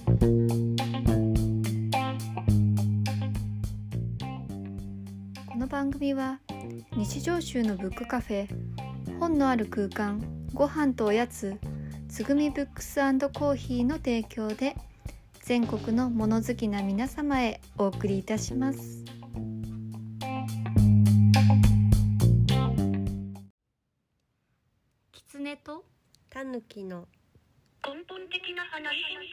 この番組は日常州のブックカフェ、本のある空間、ご飯とおやつ、つぐみブックス&コーヒーの提供で全国の物好きな皆様へお送りいたします。キツネとタヌキの根本的な話。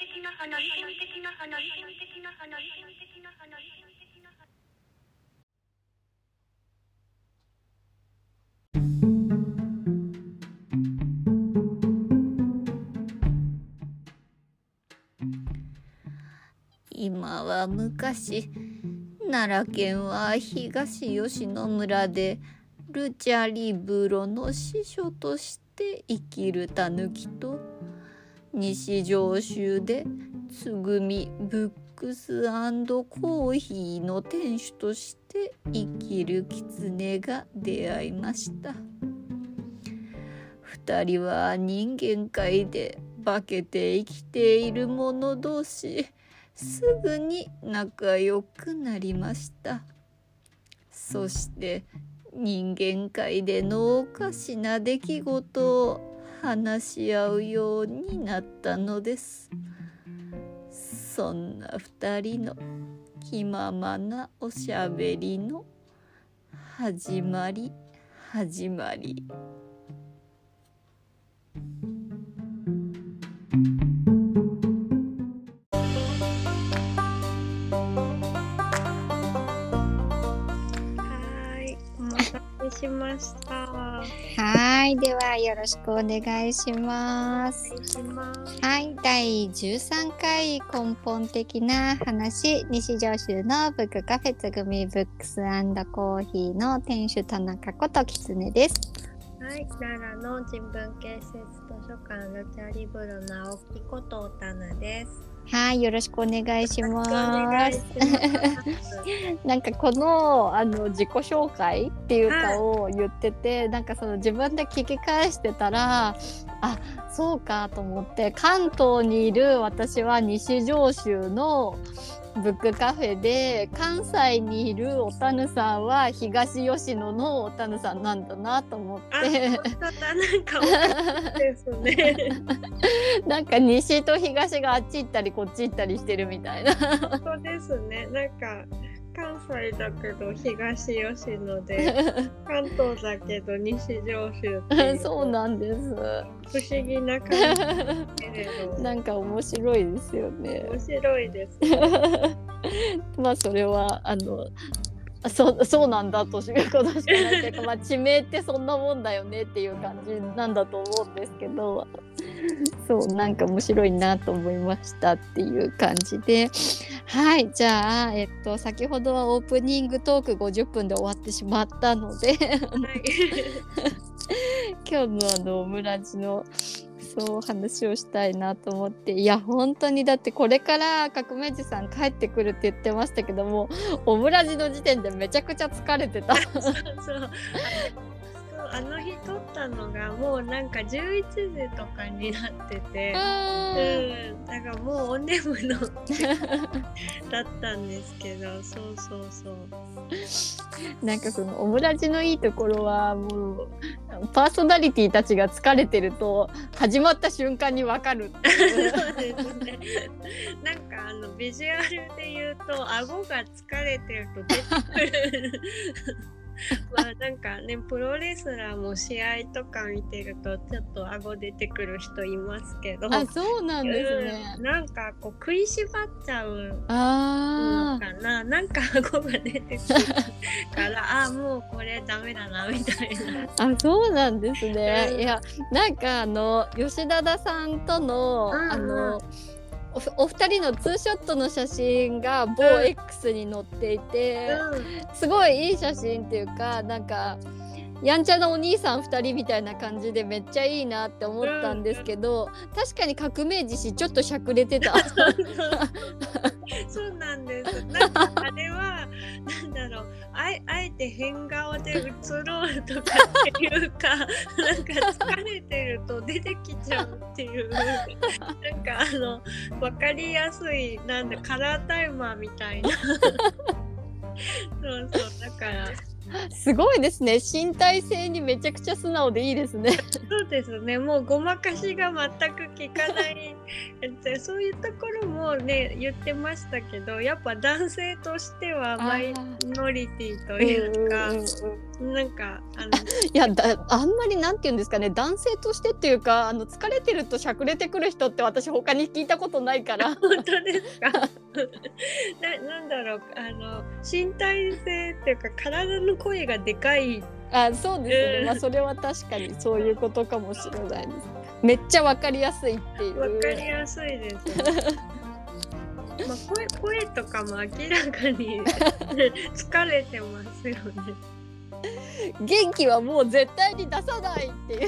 今は昔、奈良県は東吉野村でルチャリブロの司書として生きるタヌキと、西上州でつぐみブックス&コーヒーの店主として生きるキツネが出会いました。二人は人間界で化けて生きている者同士、すぐに仲良くなりました。そして人間界でのおかしな出来事を話し合うようになったのです。そんな二人の気ままなおしゃべりの始まり。 お待たせしました。 はい、ではよろしくお願いします。はい、第13回根本的な話、西上州のブックカフェつぐみブックス&コーヒーの店主田中こときつねです。 はい、奈良の人文建設図書館ルチャリブロの青木ことたなです。 はい、よろしくお願いします。なんかこの自己紹介っていうかを言ってて、なんかその自分で聞き返してたら、あ、そうかと思って、関東にいる私は西上州のブックカフェで、関西にいるおたぬさんは東吉野のおたぬさんなんだなと思って、 なんかおかしいですね。 なんか西と東があっち行ったりこっち行ったりしてるみたいな。 そうですね。なんか関西だけど東吉野で、関東だけど西上州っていうそうなんです。 不思議な感じですけれど。 なんか面白いですよね。 面白いですね。 まあそれはそうなんだとしかことしかないというか、まあ地名ってそんなもんだよねっていう感じなんだと思うんですけど、そうなんか面白いなと思いましたっていう感じで、はい、じゃあ先ほどはオープニングトーク50分で終わってしまったので、今日のオムラジのそう話をしたいなと思って、いや本当にだってこれから革命児さん帰ってくるって言ってましたけども、オムラジの時点でめちゃくちゃ疲れてた。 そうあの日撮ったのがもうなんか11時とかになってて、だからもうお眠のだったんですけど、そうなんかそのオムラジのいいところは、もうパーソナリティたちが疲れてると始まった瞬間にわかるっていう。 そうですね。なんかビジュアルで言うと顎が疲れてると出てくる。まあなんかね、プロレスラーも試合とか見てるとちょっと顎出てくる人いますけど、 あ、そうなんですね。 なんかこう食いしばっちゃうのかな、なんか顎が出てくるからもうこれダメだなみたいな。 あ、そうなんですね。いや、なんか吉田さんとのお二人のツーショットの写真が某 X に載っていて、すごいいい写真っていうか、なんかやんちゃなお兄さん2人みたいな感じでめっちゃいいなって思ったんですけど、確かに革命児氏ちょっとしゃくれてた。 そうなんです。なんかあれはなんだろう、あえて変顔で映ろうとかっていうか、なんか疲れてると出てきちゃうっていう、なんか分かりやすいなんだカラータイマーみたいな。そうだからすごいですね。身体性にめちゃくちゃ素直でいいですね。 そうですね。もうごまかしが全く効かないそういうところもね言ってましたけど、やっぱ男性としてはマイノリティというか、なんかいやあんまりなんて言うんですかね、男性としてっていうか、疲れてるとしゃくれてくる人って私他に聞いたことないから。 本当ですか。なんだろう、身体性っていうか体の声がでかい。 そうですね、まあそれは確かにそういうことかもしれないです。めっちゃわかりやすいっていう。 わかりやすいです、ね。まあ声とかも明らかに疲れてますよね。 元気はもう絶対に出さないっていう。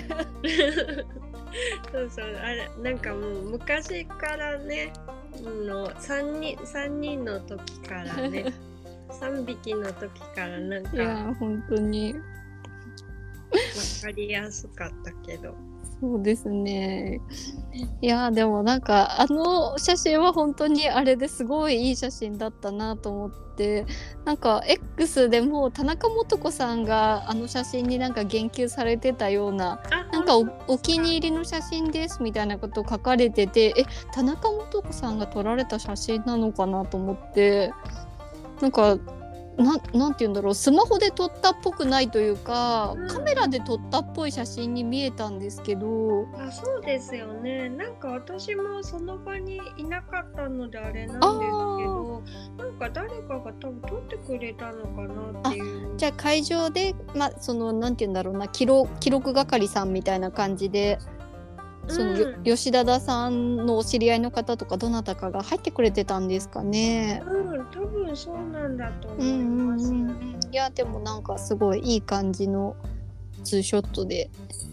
そうあれなんかもう昔からね、3人の時からね。3匹の時からなんか、 いや本当に分かりやすかったけど。 そうですね。いやでもなんか写真は本当にあれですごいいい写真だったなと思って、なんか X でも田中素子さんが写真になんか言及されてたような、なんか お気に入りの写真ですみたいなことを書かれてて、田中素子さんが撮られた写真なのかなと思って、なんかなんて言うんだろう、スマホで撮ったっぽくないというか、カメラで撮ったっぽい写真に見えたんですけど。 そうですよね。なんか私もその場にいなかったのであれなんですけど、なんか誰かが多分撮ってくれたのかなっていう。 じゃあ会場でそのなんて言うんだろうな、記録係さんみたいな感じで、その吉田さんのお知り合いの方とかどなたかが入ってくれてたんですかね。 多分そうなんだと思います。 いやでもなんかすごいいい感じのツーショットで。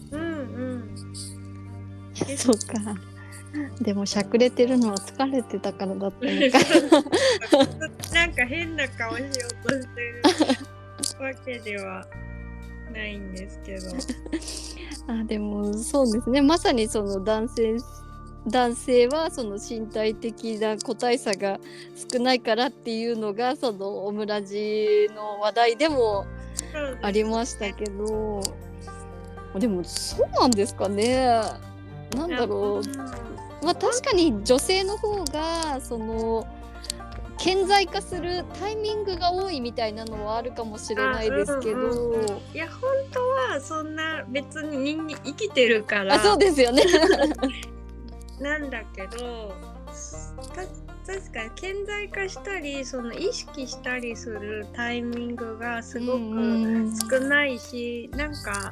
そうか。でもしゃくれてるのは疲れてたからだったのか。 なんか変な顔しようとしてるわけではないんですけど。 でもそうですね、まさにその男性はその身体的な個体差が少ないからっていうのがそのオムラジの話題でもありましたけど、でもそうなんですかね。なんだろう、確かに女性の方がその顕在化するタイミングが多いみたいなのはあるかもしれないですけど、 いや本当はそんな別に人間生きてるからそうですよね。 なんだけど確かに顕在化したりその意識したりするタイミングがすごく少ないし、なんか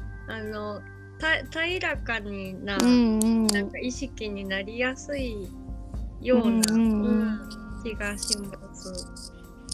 平らかになんか意識になりやすいような気がします。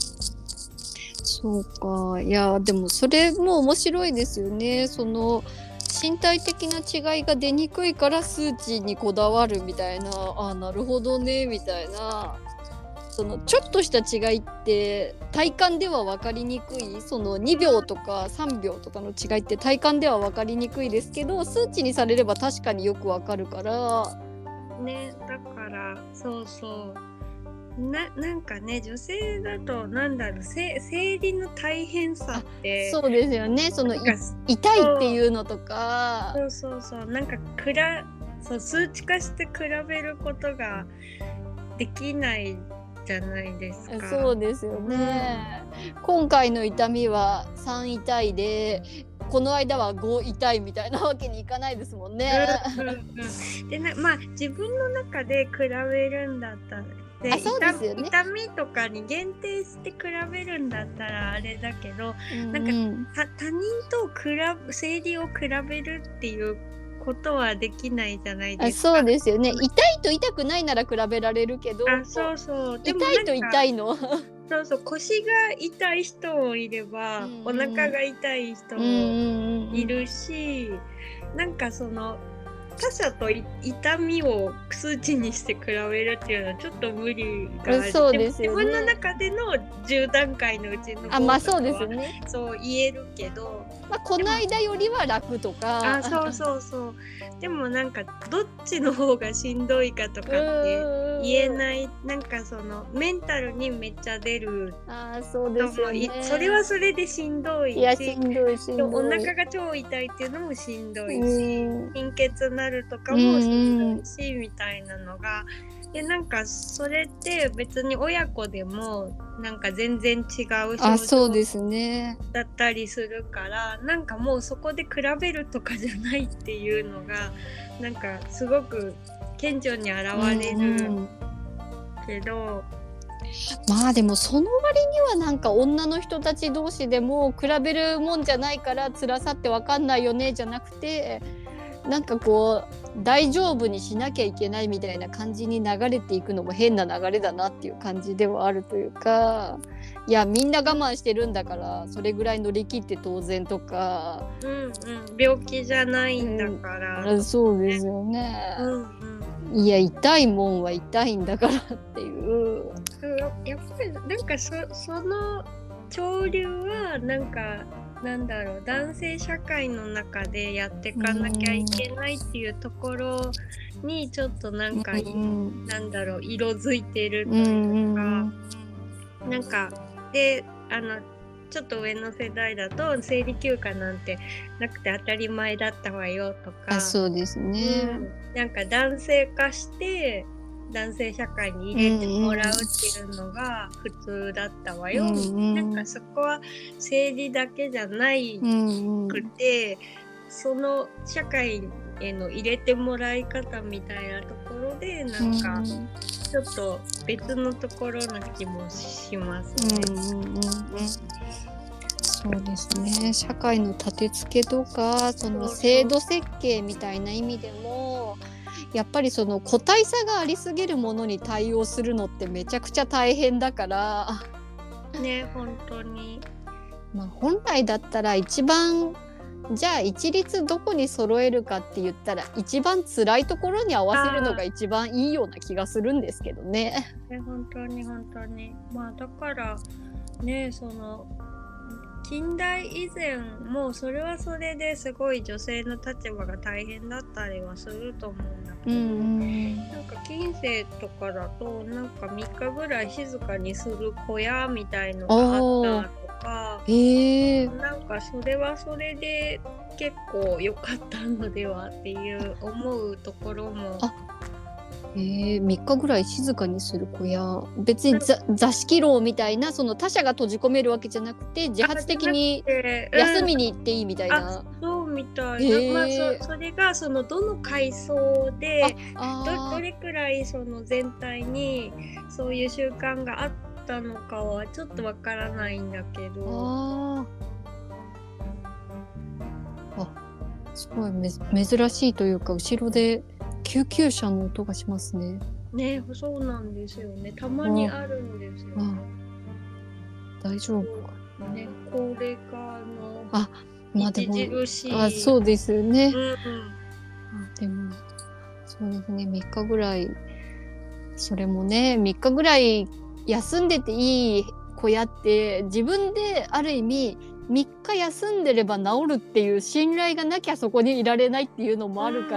そうか。いやでもそれも面白いですよね。その身体的な違いが出にくいから数値にこだわるみたいな、なるほどねみたいな。そのちょっとした違いって体感では分かりにくい、その2秒とか3秒とかの違いって体感では分かりにくいですけど、数値にされれば確かによく分かるからね。だからそうなんかね、女性だとなんだろう、生理の大変さってそうですよね。その痛いっていうのとか、 そうなんか数値化して比べることができないじゃないですか。 そうですよね。今回の痛みは3痛いでこの間は5痛いみたいなわけにいかないですもんね。 でまあ自分の中で比べるんだったらそうですよね、 痛みとかに限定して比べるんだったらあれだけど、なんか他人と生理を比べるっていうことはできないじゃないですか。 そうですよね。痛いと痛くないなら比べられるけど、 そうでも痛いと痛いのそうそう、腰が痛い人もいれば、お腹が痛い人もいるし、なんかその他者と痛みを数値にして比べるっていうのはちょっと無理がある。 そうですよね。 自分の中での10段階のうちの5 まあそうですね。 そう言えるけど、 この間よりは楽とか。 そうそうそう。でもなんかどっちの方がしんどいかとかって言えない。なんかそのメンタルにめっちゃ出る。 そうですよね。 それはそれでしんどいし、 いやしんどいしんどい。 お腹が超痛いっていうのもしんどいし、貧血なるとかもしんどいし、みたいなのが。でなんかそれって別に親子でもなんか全然違う症状だったりするから、なんかもうそこで比べるとかじゃないっていうのがなんかすごく顕著に現れるけど、 まあでもその割にはなんか女の人たち同士でも比べるもんじゃないから辛さって分かんないよねじゃなくて、なんかこう大丈夫にしなきゃいけないみたいな感じに流れていくのも変な流れだなっていう感じではあるというか、いやみんな我慢してるんだからそれぐらい乗り切って当然とか、 病気じゃないんだから、 そうですよね、いや痛いもんは痛いんだからっていう。 やっぱりなんかその潮流はなんかなんだろう、男性社会の中でやっていかなきゃいけないっていうところにちょっとなんか、なんだろう、色づいてるというか、なんかでちょっと上の世代だと生理休暇なんてなくて当たり前だったわよとか、 そうですね、 なんか男性化して男性社会に入れてもらうっていうのが普通だったわよ、なんかそこは生理だけじゃないくて、その社会への入れてもらい方みたいなところでなんかちょっと別のところな気もしますね。 そうですね、社会の立て付けとかその制度設計みたいな意味でもやっぱりその個体差がありすぎるものに対応するのってめちゃくちゃ大変だからね、本当に、 本来だったら一番じゃあ一律どこに揃えるかって言ったら一番辛いところに合わせるのが一番いいような気がするんですけどね。 本当に本当に、だからね、その近代以前もそれはそれですごい女性の立場が大変だったりはすると思うんだけど、なんか近世とかだとなんか3日ぐらい静かにする小屋みたいのがあったとか、なんかそれはそれで結構良かったのではっていう思うところも。 3日ぐらい静かにする小屋、別に座敷牢みたいなその他者が閉じ込めるわけじゃなくて自発的に休みに行っていいみたいな。 そうみたいな、それがそのどの階層で どれくらいその全体にそういう習慣があったのかはちょっとわからないんだけど、 すごい珍しいというか後ろで救急車の音がしますね。 ね、そうなんですよね。たまにあるんですよね。 大丈夫かね、高齢化の著しい。 そうですよね。でもそうですね、3日ぐらい、それもね3日ぐらい休んでていい小屋って自分である意味3日休んでれば治るっていう信頼がなきゃそこにいられないっていうのもあるから、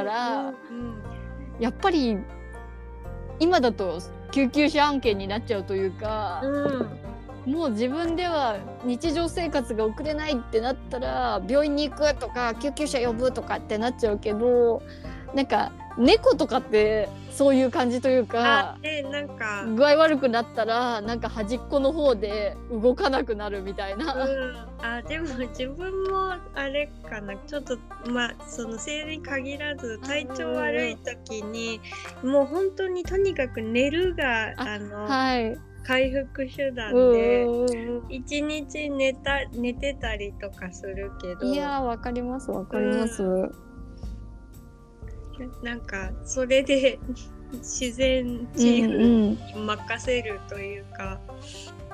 やっぱり今だと救急車案件になっちゃうというか、もう自分では日常生活が送れないってなったら病院に行くとか救急車呼ぶとかってなっちゃうけど、なんか猫とかってそういう感じというか、 なんか具合悪くなったらなんか端っこの方で動かなくなるみたいな。 でも自分もあれかな、ちょっとその生理に限らず体調悪い時にもう本当にとにかく寝るが回復手段で一日寝てたりとかするけど、 いやわかりますわかります、 なんかそれで自然治癒に任せるというか、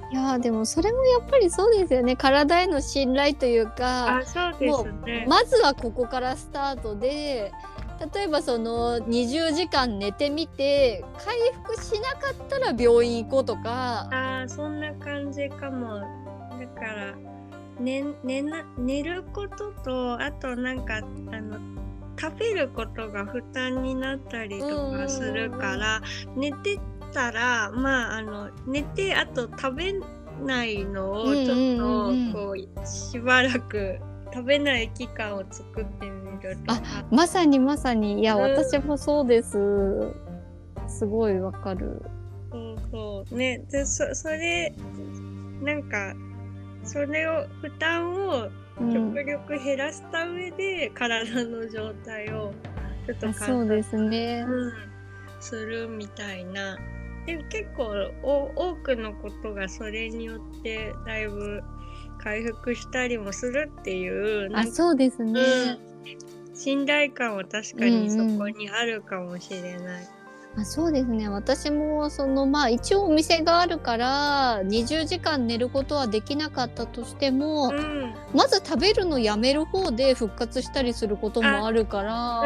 いやでもそれもやっぱりそうですよね。体への信頼というか、 あ、そうですね。 まずはここからスタートで、例えばその20時間寝てみて回復しなかったら病院行こうとか。 あ、そんな感じかも。だから寝ることと、あとなんか食べることが負担になったりとかするから、寝てたら寝てあと食べないのをちょっとこうしばらく食べない期間を作ってみるとか。 まさにまさに、いや、私もそうです。すごいわかる。 そうそうね。でそれなんかそれを負担を極力減らした上で、体の状態をちょっとそうですね、 するみたいな。で結構多くのことがそれによってだいぶ回復したりもするっていう。 そうですね、 信頼感は確かにそこにあるかもしれない。 そうですね。私も一応お店があるから20時間寝ることはできなかったとしても、まず食べるのやめる方で復活したりすることもあるから。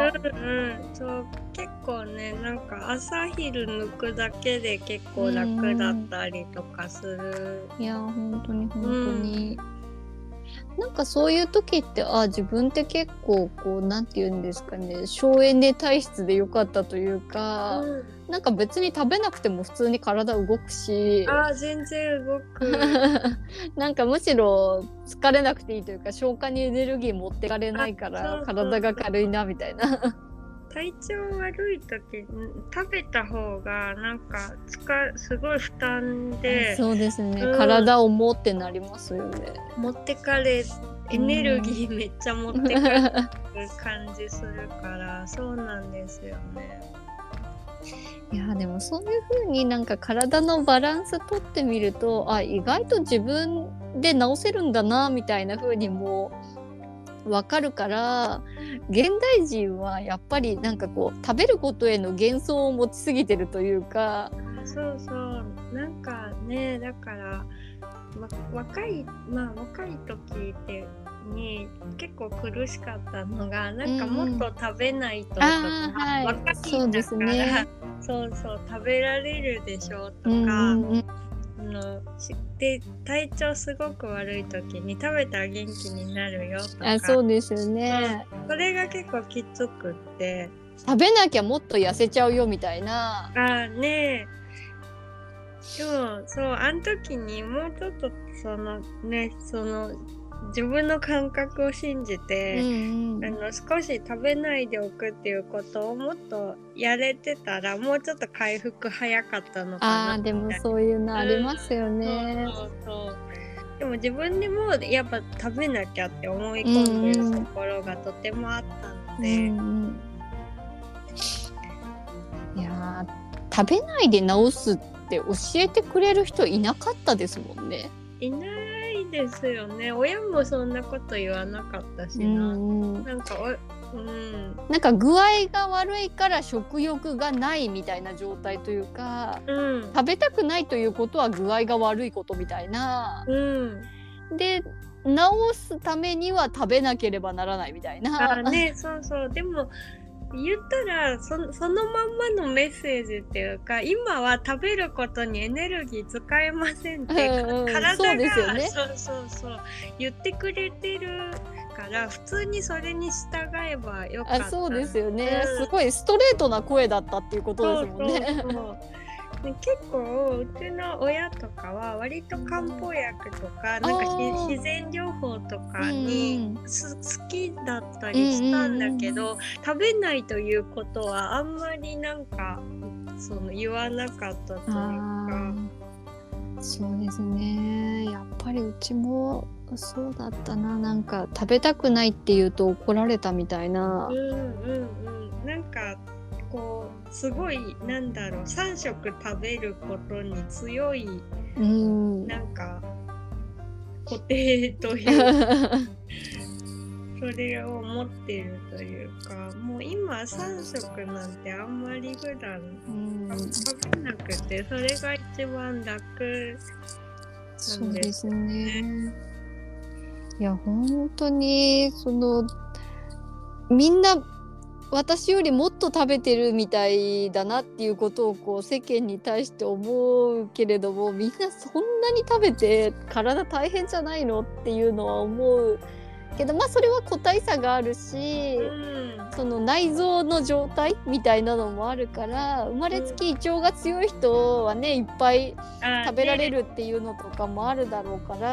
そう結構ね、なんか朝昼抜くだけで結構楽だったりとかする。 いや本当に本当に、なんかそういう時って自分って結構こうなんて言うんですかね、省エネ体質で良かったというか、なんか別に食べなくても普通に体動くし、 全然動くなんかむしろ疲れなくていいというか、消化にエネルギー持ってかれないから体が軽いなみたいな。 体調悪い時食べた方がなんかすごい負担で。 そうですね、体を持ってなりますよね。 持ってかれエネルギーめっちゃ持ってかれる感じするからそうなんですよね。 いやでもそういう風になんか体のバランス取ってみると、意外と自分で治せるんだなみたいな風にも分かるから、現代人はやっぱりなんかこう食べることへの幻想を持ちすぎてるというか。 そうなんかね、だから若い時ってに結構苦しかったのが、なんかもっと食べないととか、若いんだからそう食べられるでしょとか、で体調すごく悪い時に食べたら元気になるよとか。 そうですよね、 それが結構きつくって、 食べなきゃもっと痩せちゃうよみたいな。 ねでもあの時にもうちょっと自分の感覚を信じて、少し食べないでおくっていうことをもっとやれてたら、もうちょっと回復早かったのかな。 でもそういうのありますよね。 でも自分でもやっぱ食べなきゃって思い込んでるところがとてもあったので、 いや食べないで治すって教えてくれる人いなかったですもんね。 いないですよね。親もそんなこと言わなかったしな。 なんか具合が悪いから食欲がないみたいな状態というか、食べたくないということは具合が悪いことみたいな、で治すためには食べなければならないみたいな。 そうでも言ったらそのまんまのメッセージっていうか、今は食べることにエネルギー使えませんって、体がそう言ってくれてるから普通にそれに従えばよかった。 そうですよね、すごいストレートな声だったっていうことですもんね。 結構うちの親とかは割と漢方薬とかなんか自然療法とかに好きだったりしたんだけど、食べないということはあんまりなんか言わなかったというか。 そうですね、やっぱりうちもそうだったな。なんか食べたくないって言うと怒られたみたいな。 なんかこうすごい3食食べることに強い、なんか固定というかそれを持ってるというか、もう今3食なんてあんまり普段食べなくて、それが一番楽そうですね。いや本当にみんな私よりもっと食べてるみたいだなっていうことをこう世間に対して思うけれども、みんなそんなに食べて体大変じゃないのっていうのは思うけど、まあそれは個体差があるし、その内臓の状態みたいなのもあるから、生まれつき胃腸が強い人はねいっぱい食べられるっていうのとかもあるだろうから、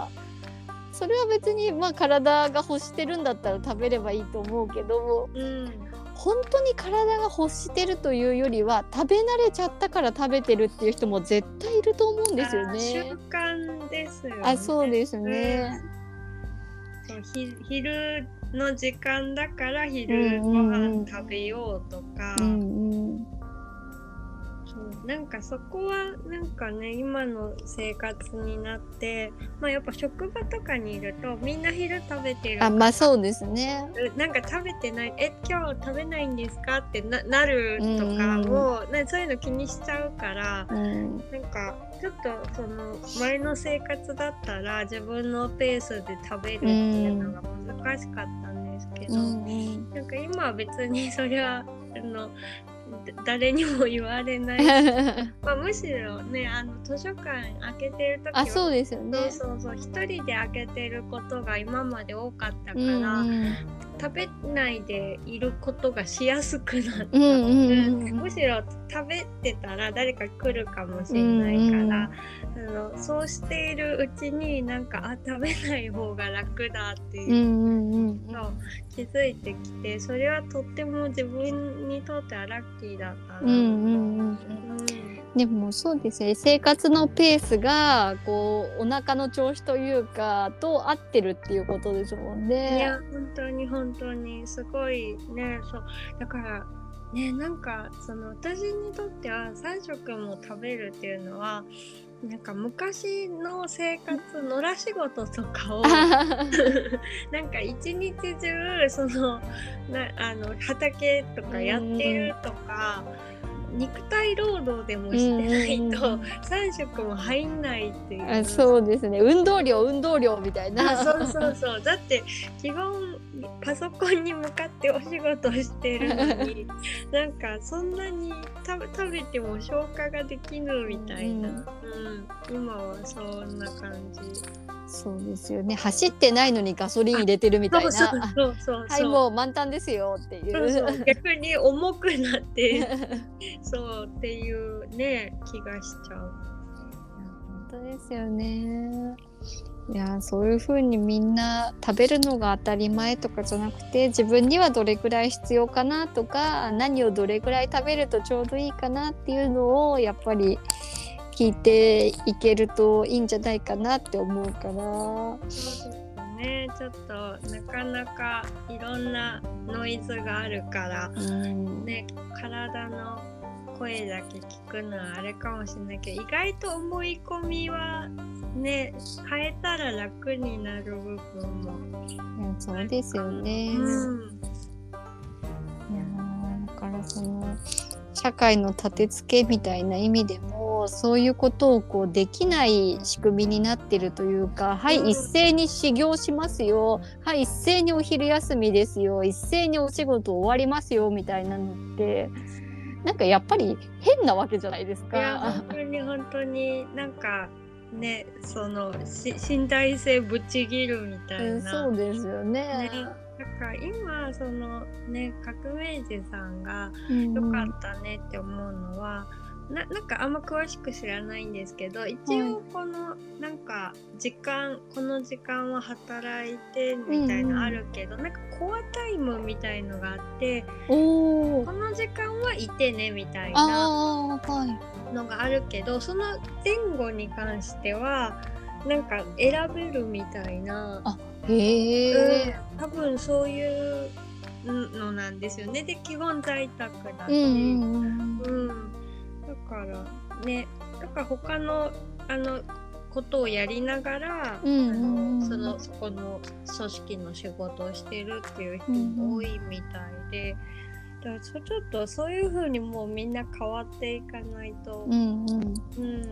それは別にまあ体が欲してるんだったら食べればいいと思うけど、本当に体が欲してるというよりは食べ慣れちゃったから食べてるっていう人も絶対いると思うんですよね。 習慣ですよね。 あ、そうですね。 そう昼の時間だから昼ご飯食べようとか、なんかそこはなんかね今の生活になって、まあやっぱ職場とかにいるとみんな昼食べてるから、 まあそうですね。 なんか食べてない今日食べないんですかってなるとかも、そういうの気にしちゃうから、なんかちょっとその前の生活だったら自分のペースで食べるっていうのが難しかったんですけど、なんか今は別にそれは誰にも言われないまあむしろね図書館開けてる時はそうですよね。 そう一人で開けてることが今まで多かったから、食べないでいることがしやすくなった、むしろ食べてたら誰か来るかもしれないから、そうしているうちになんか食べない方が楽だっていうのを気づいてきて、それはとっても自分にとってはラッキーだったな。 でもそうですね、生活のペースがこうお腹の調子というかと合ってるっていうことですもんね。 いや本当にすごいね。そうだからね、なんか私にとっては3食も食べるっていうのはなんか昔の生活野良仕事とかをなんか一日中畑とかやってるとか、肉体労働でもしてないと3食も入んないっていう。 そうですね、運動量みたいな。 そうだって基本パソコンに向かってお仕事してるのになんかそんなに食べても消化ができぬみたいな、今はそんな感じ。 そうですよね、走ってないのにガソリン入れてるみたいな。はい、もう満タンですよっていう。 逆に重くなってそうっていうね気がしちゃう。 本当ですよね。いやそういう風にみんな食べるのが当たり前とかじゃなくて、自分にはどれくらい必要かなとか、何をどれくらい食べるとちょうどいいかなっていうのをやっぱり聞いていけるといいんじゃないかなって思うから。 そうですね、ちょっとなかなかいろんなノイズがあるから、ね、体の声だけ聞くのはあれかもしれないけど、意外と思い込みはね変えたら楽になる部分も。 いやそうですよね。いやだから社会の立て付けみたいな意味でもそういうことをこうできない仕組みになってるというか、はい、一斉に始業しますよ、はい、一斉にお昼休みですよ、一斉にお仕事終わりますよみたいなのってなんかやっぱり変なわけじゃないですか。 いや本当になんかね身体性ぶち切るみたいな。 そうですよね。 なんか今革命児さんが良かったねって思うのは、なんかあんま詳しく知らないんですけど、一応このなんかこの時間は働いてみたいなあるけど、なんかコアタイムみたいのがあって、この時間はいてねみたいなのがあるけど、その前後に関してはなんか選べるみたいな。多分そういうのなんですよね。で基本在宅だし、だから他のことをやりながら、そこの組織の仕事をしてるっていう人も多いみたいで、だからちょっとそういう風にもうみんな変わっていかないと、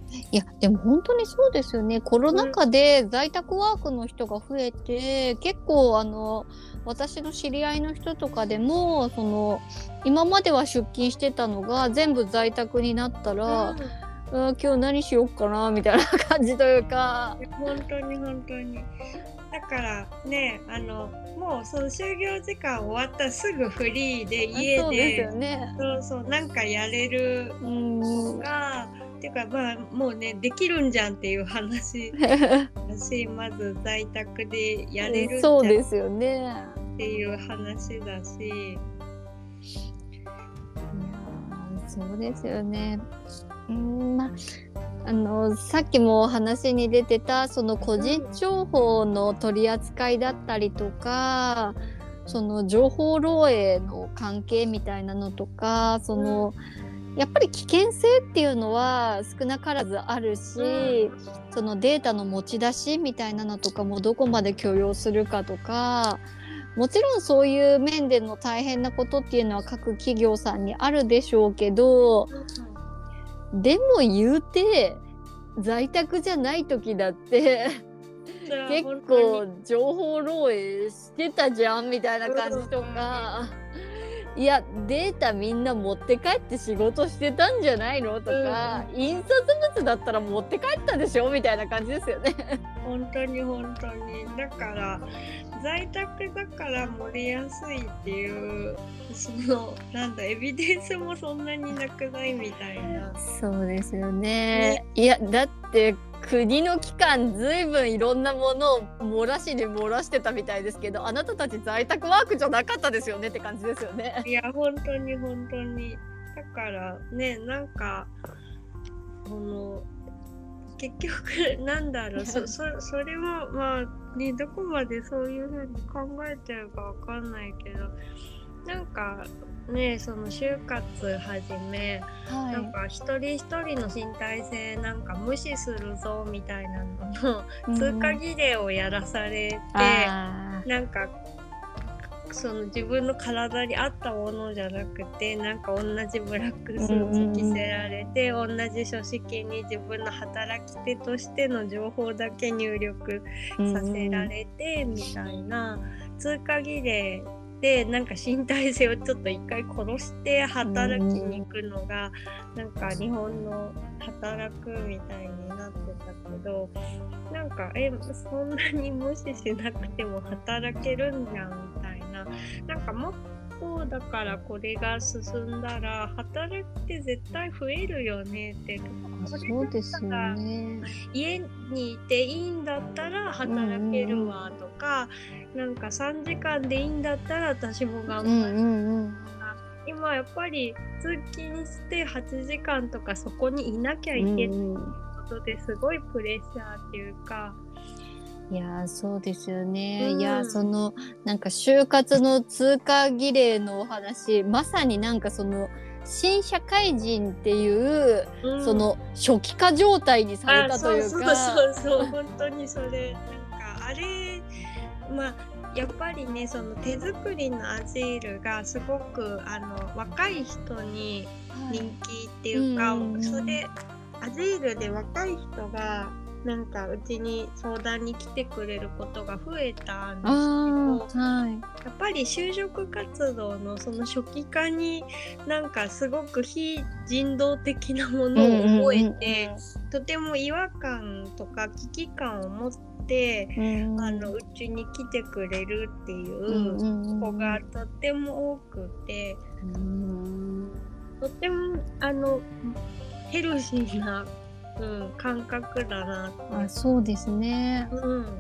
いやでも本当にそうですよね。コロナ禍で在宅ワークの人が増えて、結構私の知り合いの人とかでも今までは出勤してたのが全部在宅になったら、今日何しよっかなみたいな感じというか。 本当に本当に。だからね、もうその就業時間終わったらすぐフリーで家で、 そうですよね。 そうなんかやれるのが、っていうかまあもうねできるんじゃんっていう話だし、まず在宅でやれるんじゃんそうですよねっていう話だし。 いやそうですよね。さっきも話に出てたその個人情報の取り扱いだったりとか、その情報漏洩の関係みたいなのとか、やっぱり危険性っていうのは少なからずあるし、そのデータの持ち出しみたいなのとかもどこまで許容するかとか、もちろんそういう面での大変なことっていうのは各企業さんにあるでしょうけど、でも言うて在宅じゃない時だって結構情報漏洩してたじゃんみたいな感じとか、いやデータみんな持って帰って仕事してたんじゃないのとか、印刷物だったら持って帰ったでしょみたいな感じですよね。 本当に本当に。だから在宅だから漏れやすいっていうエビデンスもそんなになくないみたいな。 そうですよね。いやだって国の機関ずいぶんいろんなものを漏らしてたみたいですけど、あなたたち在宅ワークじゃなかったですよねって感じですよね。 いや本当に本当に。だからね、なんか結局なんだろうそれもまあね、どこまでそういう風に考えてるかわかんないけど、なんかね、その就活はじめ、なんか一人一人の身体性なんか無視するぞみたいなのの通過儀礼をやらされて、なんかその自分の体に合ったものじゃなくて、なんか同じブラックスーツ着せられて、同じ書式に自分の働き手としての情報だけ入力させられてみたいな通過儀礼で、なんか身体性をちょっと一回殺して働きに行くのがなんか日本の働くみたいになってたけど、なんかそんなに無視しなくても働けるんじゃんみたいな。なんかもっとだからこれが進んだら働き手絶対増えるよねって。 そうですよね。 家にいていいんだったら働けるわとか、なんか3時間でいいんだったら私も頑張る。今やっぱり通勤して8時間とかそこにいなきゃいけないことですごいプレッシャーっていうか。 いやそうですよね。いやなんか就活の通過儀礼のお話、まさになんか新社会人っていう、その初期化状態にされたというか。 そう本当にそれなんかあれまあやっぱりね、その手作りのアジールがすごく若い人に人気っていうか、それアジールで若い人がなんかうちに相談に来てくれることが増えたんですけど、やっぱり就職活動のその初期化になんかすごく非人道的なものを覚えて、とても違和感とか危機感を持って、うちに来てくれるっていう子がとっても多くて、とってもヘルシーな感覚だなって。 そうですね。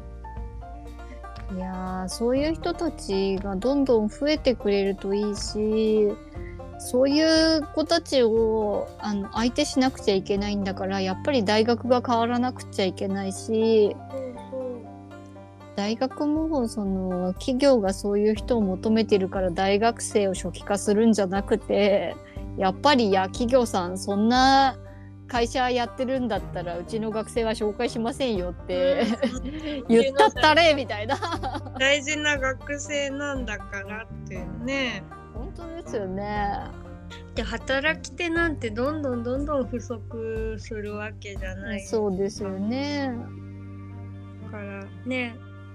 いやそういう人たちがどんどん増えてくれるといいし、そういう子たちを相手しなくちゃいけないんだから、やっぱり大学が変わらなくちゃいけないし、大学も企業がそういう人を求めてるから大学生を初期化するんじゃなくて、やっぱり企業さんそんな会社やってるんだったらうちの学生は紹介しませんよって言ったったれみたいな大事な学生なんだからってね。 本当ですよね。 って働き手なんてどんどん不足するわけじゃないですか。 そうですよね。 だからね、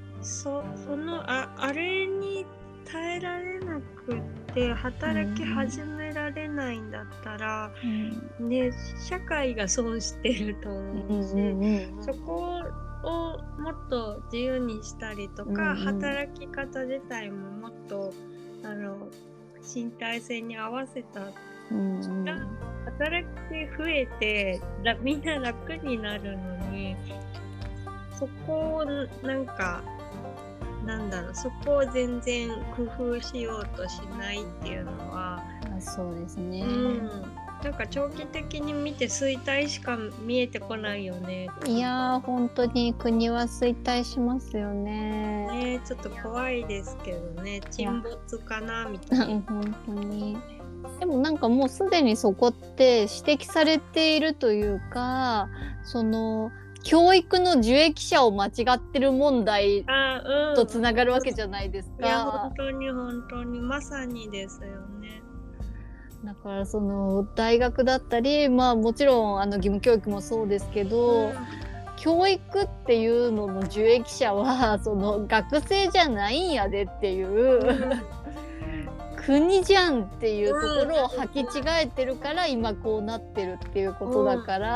あれに耐えられなくって働き始められないんだったら、ね、社会が損してると思うし、そこをもっと自由にしたりとか、働き方自体ももっと身体性に合わせた、働き手増えてみんな楽になるのに、そこをそこを全然工夫しようとしないっていうのは、 そうですね、 なんか長期的に見て衰退しか見えてこないよね。 いやー本当に国は衰退しますよね。 ちょっと怖いですけどね、沈没かなみたいな。 本当に。でもなんかもうすでにそこって指摘されているというか、その教育の受益者を間違ってる問題とつながるわけじゃないですか。 いや本当にまさにですよね。 だからその大学だったり、もちろん義務教育もそうですけど、教育っていうのの受益者はその学生じゃないんやでっていう、国じゃんっていうところを履き違えてるから今こうなってるっていうことだから、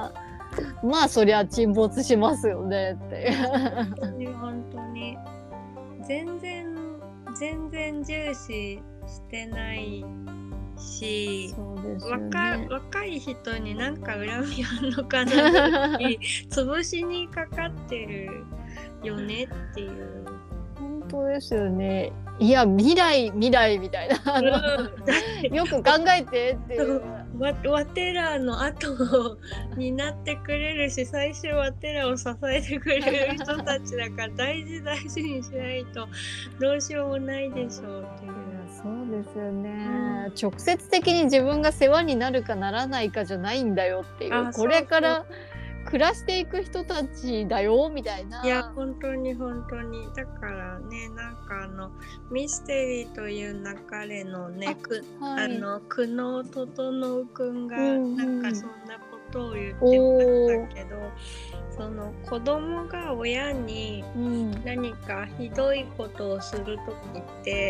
そりゃ沈没しますよねって本当に全然重視してないし、 そうですよね、 若い人になんか恨みあんのかなって潰しにかかってるよねっていう。 本当ですよね。いや未来みたいなよく考えてっていうワテラの後になってくれるし、最初ワテラを支えてくれる人たちだから大事にしないとどうしようもないでしょうっていう。 そうですよね、直接的に自分が世話になるかならないかじゃないんだよっていう、これから暮らしていく人たちだよみたいな。 いや本当にだからね、ミステリーという流れのね、久能整くんがなんかそんなことを言ってましたけど、その子供が親に何かひどいことをする時って、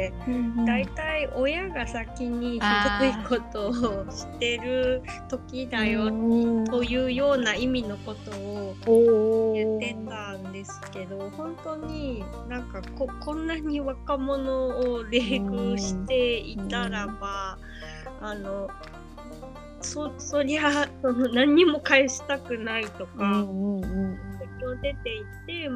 だいたい親が先にひどいことをしてる時だよというような意味のことを言ってたんですけど、本当になんかこんなに若者を冷遇していたらば、そりゃ何にも返したくないとか、出ていって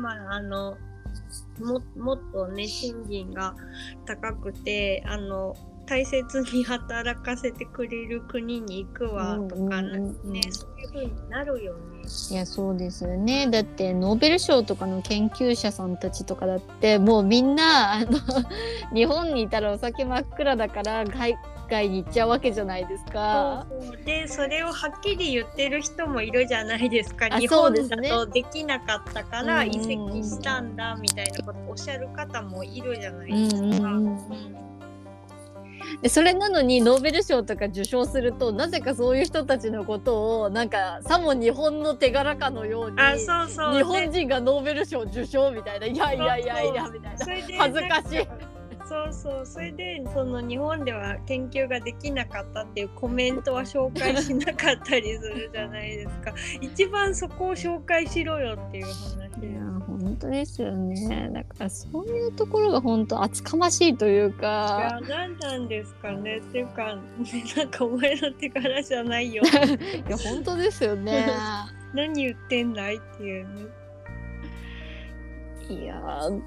もっとね賃金が高くて大切に働かせてくれる国に行くわとかね、そういう風になるよね。 いやそうですよね。だってノーベル賞とかの研究者さんたちとかだってもうみんな日本にいたらお酒真っ暗だから海外に行っちゃうわけじゃないですか。 でそれをはっきり言ってる人もいるじゃないですか。日本だとできなかったから移籍したんだみたいなことをおっしゃる方もいるじゃないですか。 でそれなのにノーベル賞とか受賞するとなぜかそういう人たちのことをなんかさも日本の手柄かのように日本人がノーベル賞受賞みたいな、いやみたいな恥ずかしい。 それでその日本では研究ができなかったっていうコメントは紹介しなかったりするじゃないですか。一番そこを紹介しろよっていう話。 いや本当ですよね。だからそういうところが本当厚かましいというか。 いや何なんですかねっていうか、なんかお前の手柄じゃないよ。 いや本当ですよね。 何言ってんだいっていうね。 いや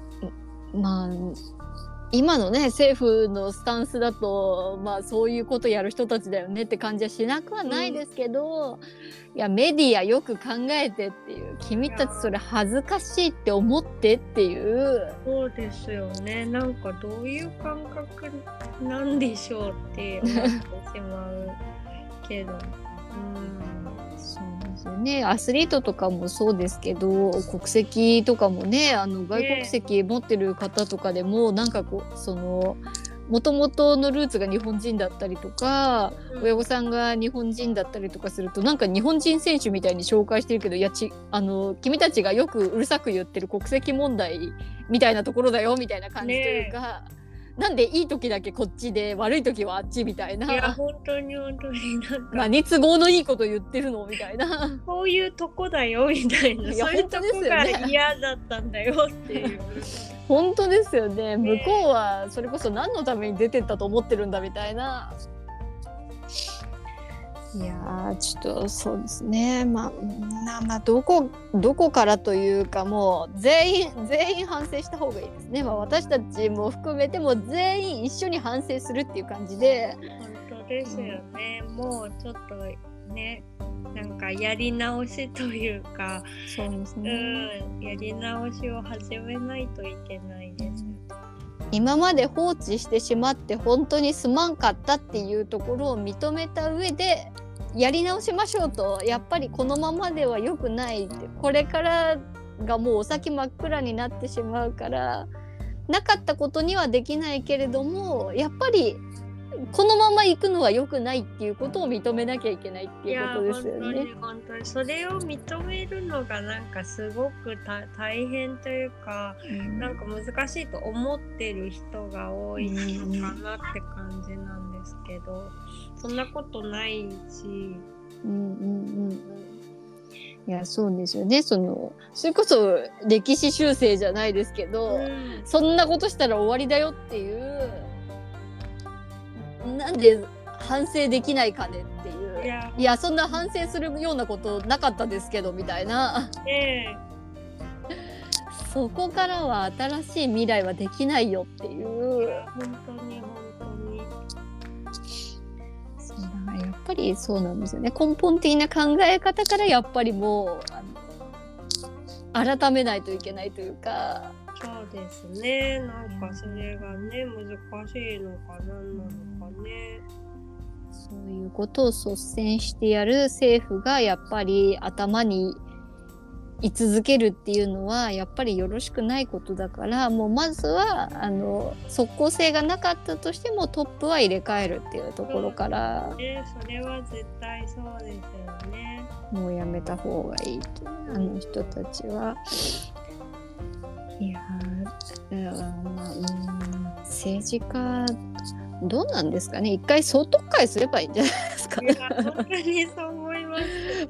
今のね政府のスタンスだとそういうことやる人たちだよねって感じはしなくはないですけど、いやメディアよく考えてっていう、君たちそれ恥ずかしいって思ってっていう。 そうですよね。なんかどういう感覚なんでしょうって思ってしまうけどそうですよね。アスリートとかもそうですけど、国籍とかもね外国籍持ってる方とかでもなんかそのもともとのルーツが日本人だったりとか、親御んさんが日本人だったりとかするとなんか日本人選手みたいに紹介してるけど、いや君たちがよくうるさく言ってる国籍問題みたいなところだよみたいな感じというか、なんでいい時だけこっちで悪い時はあっちみたいな、 いや本当になんか何都合のいいこと言ってるのみたいな、 こういうとこだよみたいな、 いやそういうとこが本当ですよね嫌だったんだよっていう本当ですよね。向こうはそれこそ何のために出てったと思ってるんだみたいな。いやーちょっとそうですね、まあどこからというか、もう全員反省した方がいいですね。私たちも含めても全員一緒に反省するっていう感じで。 本当ですよね、もうちょっとね、なんかやり直しというか、 そうですね、 やり直しを始めないといけないです。 今まで放置してしまって本当にすまんかったっていうところを認めた上でやり直しましょうと。やっぱりこのままでは良くないって、これからがもうお先真っ暗になってしまうから、なかったことにはできないけれども、やっぱりこのまま行くのは良くないっていうことを認めなきゃいけないっていうことですよね。 本当にそれを認めるのがなんかすごく大変というか、なんか難しいと思ってる人が多いのかなって感じなんですけど、そんなことないし、 いやそうですよね。それこそ歴史修正じゃないですけど、そんなことしたら終わりだよっていう、なんで反省できないかねっていう、いやそんな反省するようなことなかったですけどみたいな、そこからは新しい未来はできないよっていう。 本当にそうだからやっぱりそうなんですよね。根本的な考え方からやっぱりもう改めないといけないというか。 そうですね、なんかそれがね難しいのか何なのかね。 そういうことを率先してやる政府がやっぱり頭に居続けるっていうのはやっぱりよろしくないことだから、もうまずは即効性がなかったとしてもトップは入れ替えるっていうところから、 それは絶対そうですよね。 もうやめた方がいいと、人たちは。いや政治家どうなんですかね。一回総特会すればいいんじゃないですか。 いや本当にそう思います。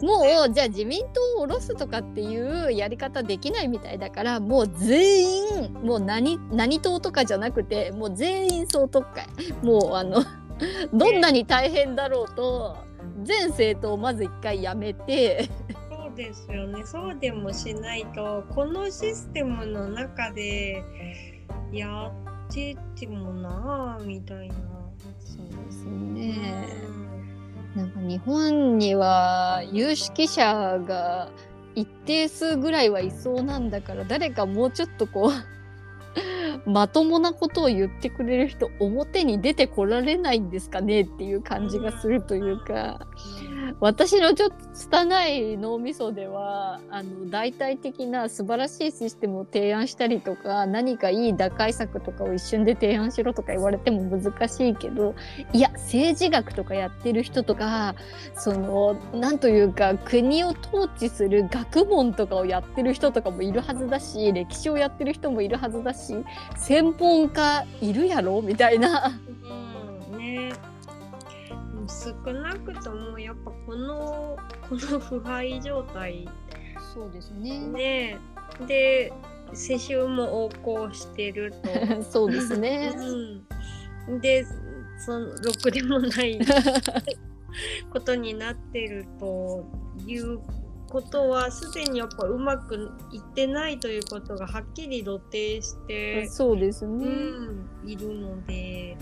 もうじゃあ自民党を下ろすとかっていうやり方できないみたいだから、もう全員もう何党とかじゃなくてもう全員総特会、もうどんなに大変だろうと全政党をまず一回やめて。 そうですよね。そうでもしないとこのシステムの中でやっててもなみたいな。 そうですね、なんか日本には有識者が一定数ぐらいはいそうなんだから、誰かもうちょっとこうまともなことを言ってくれる人表に出てこられないんですかねっていう感じがするというか、私のちょっと拙い脳みそでは大体的な素晴らしいシステムを提案したりとか、何かいい打開策とかを一瞬で提案しろとか言われても難しいけど、いや政治学とかやってる人とか、なんというか国を統治する学問とかをやってる人とかもいるはずだし、歴史をやってる人もいるはずだし、専門家いるやろみたいな。 ね、少なくともやっぱこの腐敗状態、 そうですね。 ねで世襲も横行してるとそうですね。 でろくでもないことになってるということは、すでにやっぱうまくいってないということがはっきり露呈してそうですね、 いるので。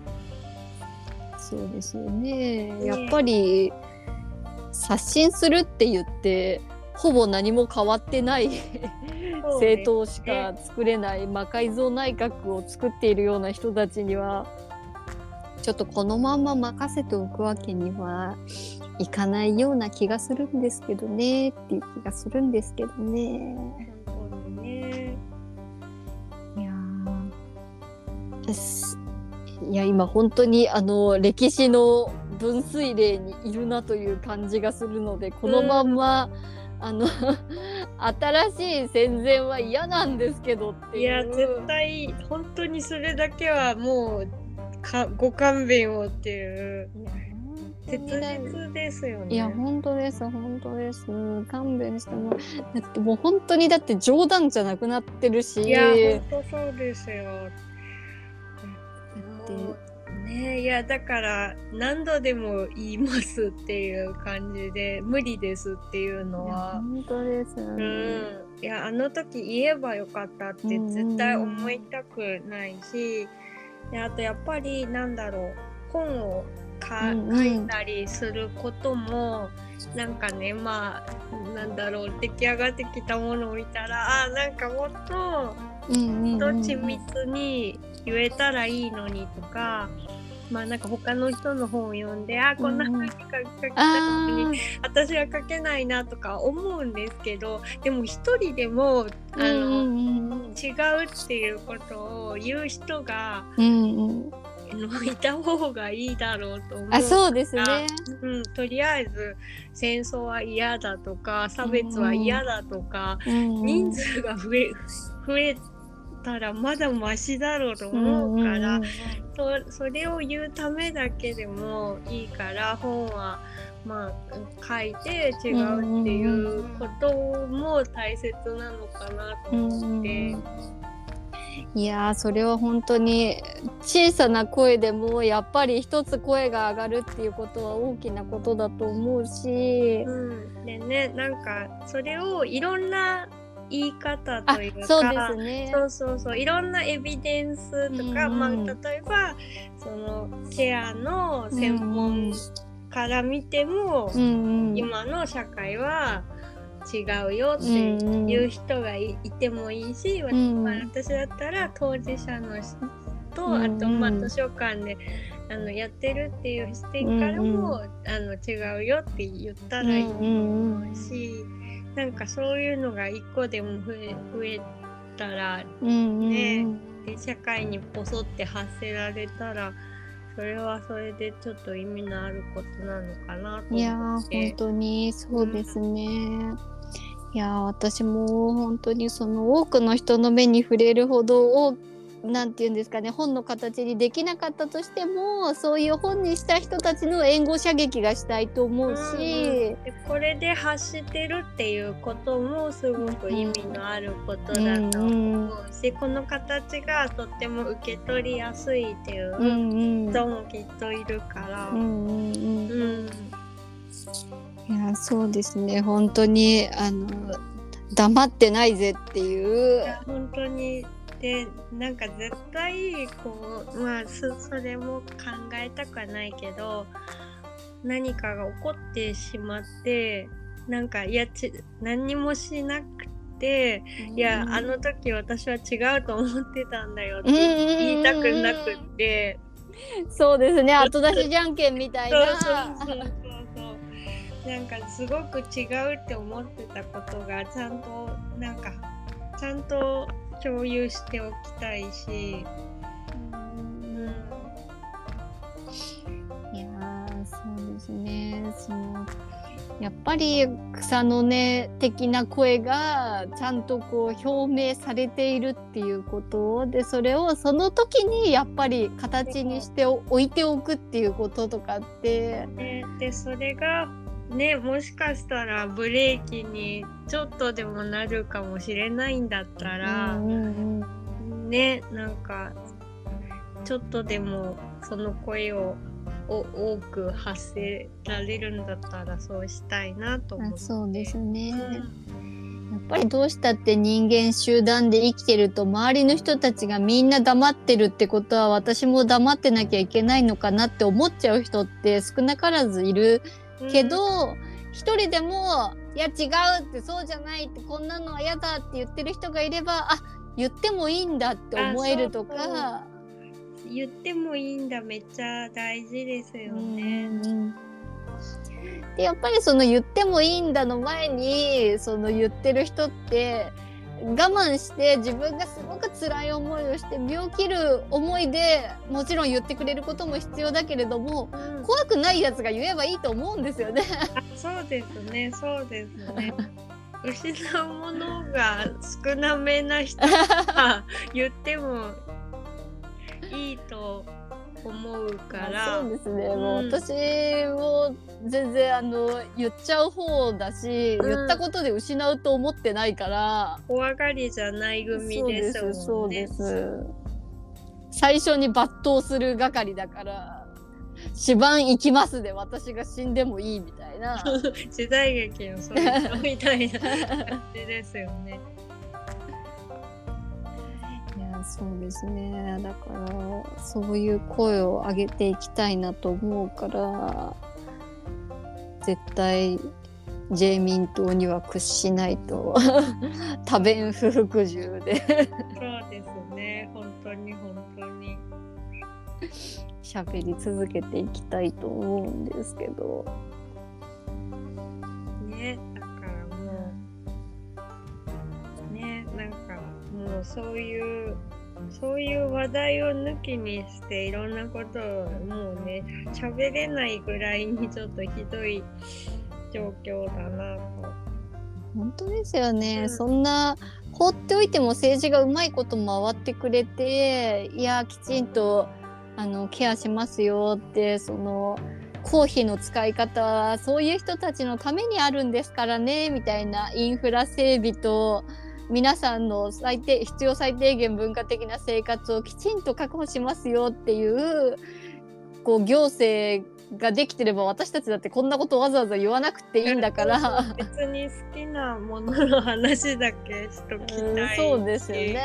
そうですよね。やっぱり刷新するって言ってほぼ何も変わってない政党しか作れない魔改造内閣を作っているような人たちにはちょっとこのまま任せておくわけにはいかないような気がするんですけどねっていう気がするんですけどね。 本当にね。 いやいや今本当に歴史の分水嶺にいるなという感じがするので、このまんま、新しい戦前は嫌なんですけどっていう。 いや絶対本当にそれだけはもうご勘弁をっていう切実ですよね。 いや本当です勘弁しても、だってもう本当にだって冗談じゃなくなってるし。 いや本当そうですよ。もうね、いやだから何度でも言いますっていう感じで、無理ですっていうのは本当ですよね。 いやあの時言えばよかったって絶対思いたくないし、であとやっぱりなんだろう、本を書いたりすることもなんかね、まあなんだろう、出来上がってきたものを見たら、なんかもっと緻密に言えたらいいのにとか、まあなんか他の人の本を読んで、こんな風に書きたいのに私は書けないなとか思うんですけど、でも一人でも違うっていうことを言う人がいた方がいいだろうと思う。 そうですね。 とりあえず戦争は嫌だとか差別は嫌だとか、人数が増えたらまだマシだろうと思うから、それを言うためだけでもいいから本はまあ書いて違うっていうことも大切なのかなと思って。 いやそれは本当に小さな声でもやっぱり一つ声が上がるっていうことは大きなことだと思うし、 でね、なんかそれをいろんな言い方というか、 そうですね。 そういろんなエビデンスとか、まあ例えばそのケアの専門から見ても、今の社会は違うよっていう人が いてもいいし、私だったら当事者の人と、あとまあ図書館でやってるっていう視点からも、違うよって言ったらいいと思うし、なんかそういうのが一個でも増えたらね、で社会にポソって発せられたら、それはそれでちょっと意味のあることなのかなと思って。 いや本当にそうですね。いや私も本当にその多くの人の目に触れるほどなんていうんですかね、本の形にできなかったとしても、そういう本にした人たちの援護射撃がしたいと思うし、 でこれで発してるっていうこともすごく意味のあることだと思うし、この形がとっても受け取りやすいっていう人もきっといるから。 いやそうですね、本当に黙ってないぜっていう。 いや本当にで、なんか絶対こう、まあそれも考えたくはないけど、何かが起こってしまって、なんか何にもしなくて、いやあの時私は違うと思ってたんだよって言いたくなくって、 そうですね、後出しじゃんけんみたいな。 なんかすごく違うって思ってたことがちゃんと共有しておきたいし、 いやそうですね、やっぱり草の根的な声がちゃんとこう表明されているっていうことで、それをその時にやっぱり形にして置いておくっていうこととかって、 でそれがね、もしかしたらブレーキにちょっとでもなるかもしれないんだったら、ね、なんかちょっとでもその声を多く発せられるんだったらそうしたいなと思って。 そうですね、やっぱりどうしたって人間集団で生きてると、周りの人たちがみんな黙ってるってことは私も黙ってなきゃいけないのかなって思っちゃう人って少なからずいるけど、一人でもいや違うって、そうじゃないって、こんなのは嫌だって言ってる人がいれば、言ってもいいんだって思えるとか、 言ってもいいんだ、めっちゃ大事ですよね。 でやっぱりその言ってもいいんだの前に、その言ってる人って我慢して自分がすごく辛い思いをして身を切る思いでもちろん言ってくれることも必要だけれども、 うん、 怖くないやつが言えばいいと思うんですよね。 そうですね、そうですね。失うものが少なめな人が言ってもいいと思うからそうですね、 うんもう私も全然言っちゃう方だし、 うん言ったことで失うと思ってないから、 怖がりじゃない組ですもんね。 そうです最初に抜刀する係だから、死番行きますで私が死んでもいいみたいな時代劇のそういう人みたいな感じですよね。 いやそうですね、だからそういう声を上げていきたいなと思うから、絶対自民党には屈しないと多弁不服従でそうですね、本当に本当に。 喋り続けていきたいと思うんですけどね、だからもうね、なんかもうそういう話題を抜きにしていろんなことをもうね喋れないぐらいにちょっとひどい状況だなと。 本当ですよね、 うんそんな放っておいても政治がうまいこと回ってくれて、いやきちんとケアしますよって、その公費の使い方はそういう人たちのためにあるんですからねみたいな、インフラ整備と皆さんの必要最低限文化的な生活をきちんと確保しますよっていうこう行政ができてれば、私たちだってこんなことわざわざ言わなくていいんだから別に好きなものの話だけしときたいそうですよね。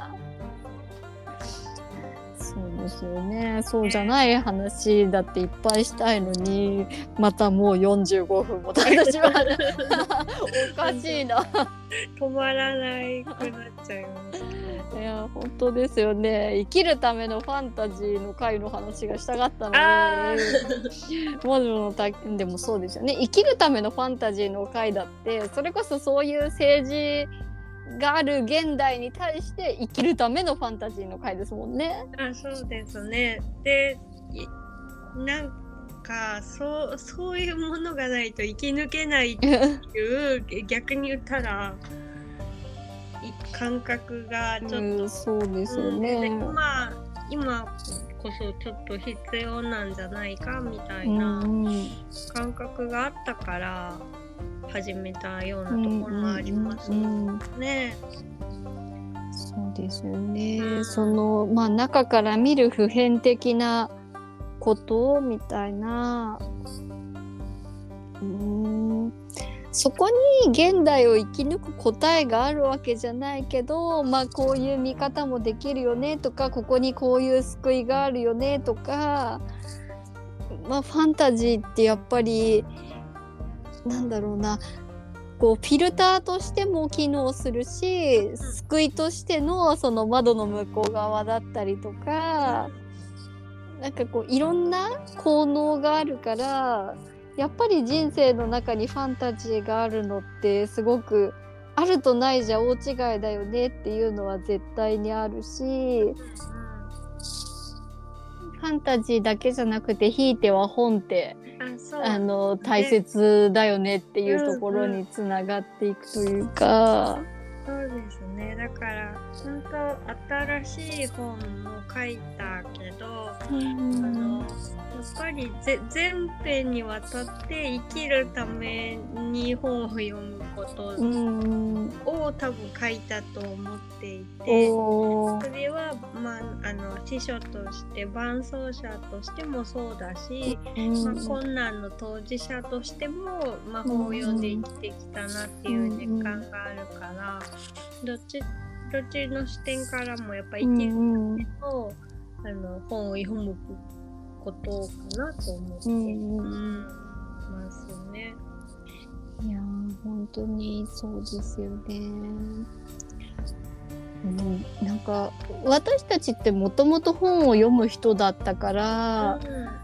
そうですよね。そうじゃない話だっていっぱいしたいのに、またもう45分も私はおかしいな。 止まらないくなっちゃいますけど。 いや本当ですよね。生きるためのファンタジーの回の話がしたかったあのに、文字の滝でもそうですよね。生きるためのファンタジーの回だって、それこそそういう政治がある現代に対して生きるためのファンタジーの回ですもんね。 あ、そうですね。で、なんかそういうものがないと生き抜けないっていう逆に言ったら感覚がちょっと、 そうですよね。 で今こそちょっと必要なんじゃないかみたいな感覚があったから始めたようなところもありますね。 そうですよね。その中から見る普遍的なことみたいな、そこに現代を生き抜く答えがあるわけじゃないけど、こういう見方もできるよねとか、ここにこういう救いがあるよねとか、ファンタジーってやっぱりなんだろうな、こうフィルターとしても機能するし、救いとしてのその窓の向こう側だったりとか、なんかこういろんな効能があるから、やっぱり人生の中にファンタジーがあるのってすごくあるとないじゃ大違いだよねっていうのは絶対にあるし、ファンタジーだけじゃなくてひいては本って大切だよねっていうところにつながっていくというか、 そうですね。だからちゃんと新しい本も書いたけど、やっぱり全編にわたって生きるために本を読むことを多分書いたと思っていて、それは司書として伴走者としてもそうだし、困難の当事者としても、本を読んで生きてきたなっていう実感があるから、どっちの視点からもやっぱり生きるための、本を読むことかなと思ってますね。 いや本当にそうですよね。なんか私たちってもともと本を読む人だったから、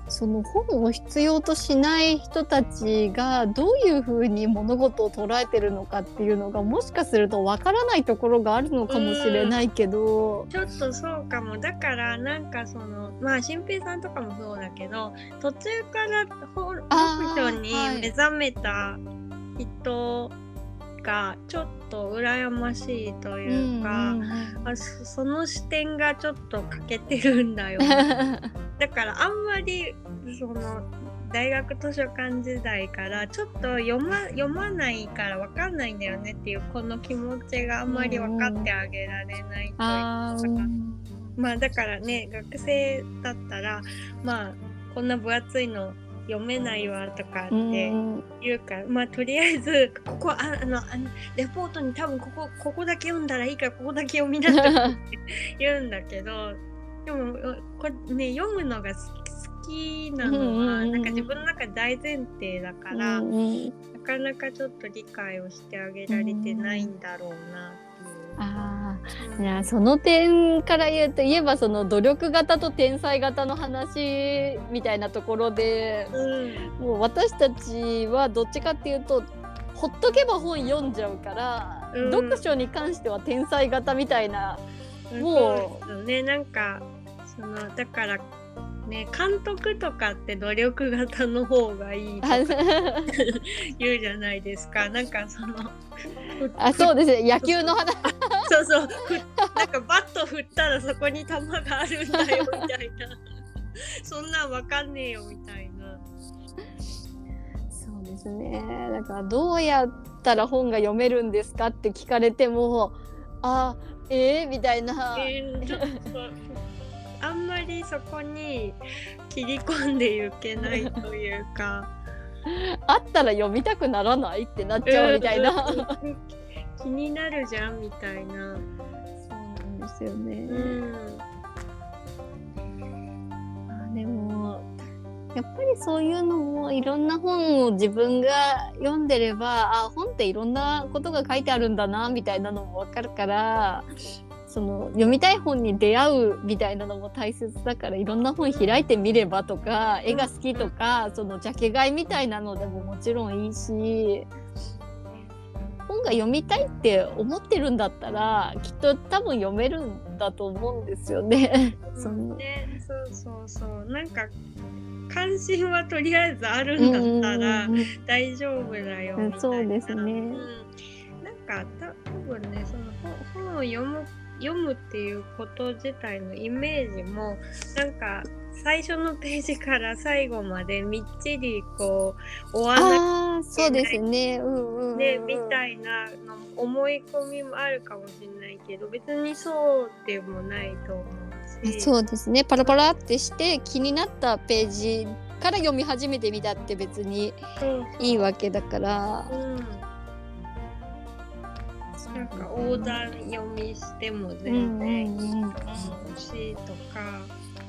その本を必要としない人たちがどういうふうに物事を捉えてるのかっていうのがもしかするとわからないところがあるのかもしれないけど、 ちょっとそうかも。だからなんかそのまあ新平さんとかもそうだけど、途中から読書に目覚めた人がちょっと羨ましいというか、その視点がちょっと欠けてるんだよだからあんまりその大学図書館時代からちょっと読まないから分かんないんだよねっていうこの気持ちがあんまり分かってあげられないというか、まあだからね、学生だったらまあこんな分厚いの読めないわとかって言うから、まあとりあえずここレポートに多分ここだけ読んだらいいからここだけ読みなさいって言うんだけど、でもね、読むのが好きなのはなんか自分の中で大前提だから、なかなかちょっと理解をしてあげられてないんだろうなっていう。 いや、その点から言えばその努力型と天才型の話みたいなところで、もう私たちはどっちかっていうとほっとけば本読んじゃうから、読書に関しては天才型みたいな、もうね、なんかそのだからね、監督とかって努力型の方がいいとか言うじゃないですか。なんかそのそうですね、野球の話そうなんかバット振ったらそこに球があるんだよみたいなそんなんわかんねえよみたいな。 そうですね。だからどうやったら本が読めるんですかって聞かれてもみたいな、 ちょっとあんまりそこに切り込んでいけないというかあったら読みたくならないってなっちゃうみたいな気になるじゃんみたいな。そうなんですよね。でもやっぱりそういうのもいろんな本を自分が読んでれば、本っていろんなことが書いてあるんだなみたいなのも分かるから、その読みたい本に出会うみたいなのも大切だから、いろんな本開いてみればとか、絵が好きとかそのジャケ買いみたいなのでももちろんいいし、本が読みたいって思ってるんだったらきっと多分読めるんだと思うんですよね。 そうなんか関心はとりあえずあるんだったら大丈夫だよみたいな。 そうですね。 なんか多分ね、その本を読むっていうこと自体のイメージもなんか最初のページから最後までみっちりこう終わらなきゃいけない、 そうですね、 みたいなの思い込みもあるかもしれないけど、別にそうでもないと思うし。 そうですね、パラパラってして気になったページから読み始めてみたって別にいいわけだから、 なんか横断読みしても全然いいと思うしとか。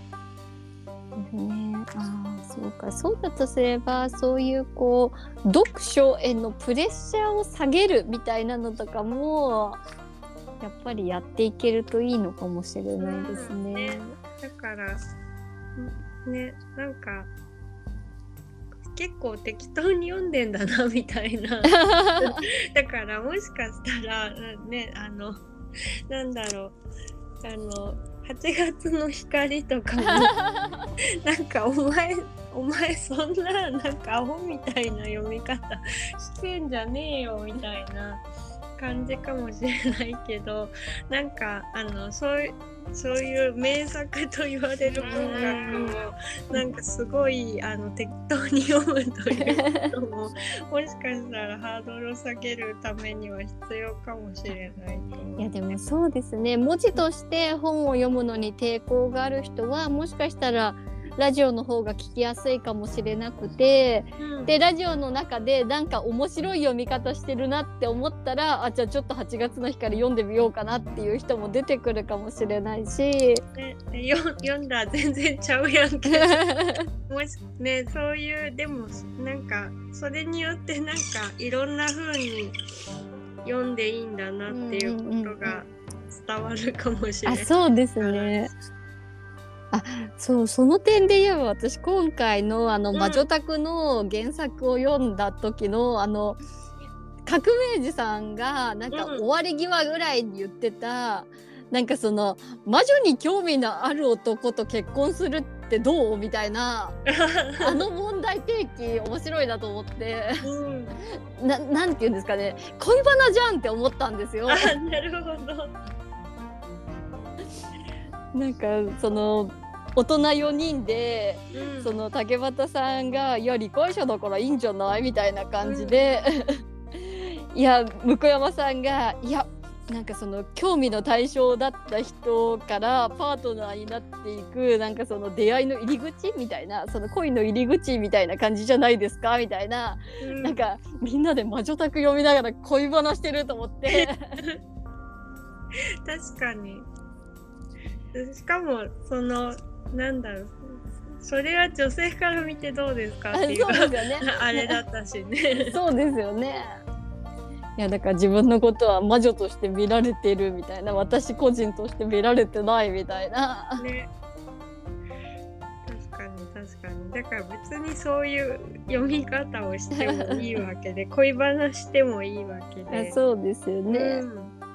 そうか、そうだとすればそういうこう読書へのプレッシャーを下げるみたいなのとかもやっぱりやっていけるといいのかもしれないですね。 だからね、なんか結構適当に読んでんだなみたいなだからもしかしたらね、なんだろう、8月の光とかもなんかお前そんななんかアホみたいな読み方してんじゃねえよみたいな感じかもしれないけど、なんかそういう名作と言われる文学をなんかすごい適当に読むということももしかしたらハードルを下げるためには必要かもしれないと思う。 いやでもそうですね、文字として本を読むのに抵抗がある人はもしかしたらラジオの方が聞きやすいかもしれなくて、でラジオの中でなんか面白い読み方してるなって思ったら、じゃあちょっと8月の光読んでみようかなっていう人も出てくるかもしれないし、 読んだら全然ちゃうやんけもしね、そういうでもなんかそれによってなんかいろんな風に読んでいいんだなっていうことが伝わるかもしれない。 そうですね。 その点で言えば私今回のん魔女宅の原作を読んだ時の革命児さんがなんかうん終わり際ぐらいに言ってた、なんかその魔女に興味のある男と結婚するってどうみたいな問題提起面白いなと思ってうん、 なんて言うんですかね、恋バナじゃんって思ったんですよ。 なるほど。 なんかその大人4人で、 うん、 その竹俣さんが「いや理解者だからいいんじゃない?」みたいな感じで、いや向山さんが「いやなんかその興味の対象だった人からパートナーになっていくなんかその出会いの入り口みたいな、その恋の入り口みたいな感じじゃないですか」みたいな、なんかみんなで魔女宅読みながら恋バナしてると思って確かに。しかもそのなんだろう、それは女性から見てどうですかっていうそうですよねあれだったしね。 そうですよね。いやだから自分のことは魔女として見られてるみたいな、私個人として見られてないみたいな。 ね。確かに確かに。だから別にそういう読み方をしてもいいわけで、恋バナしてもいいわけで。 そうですよね。 うん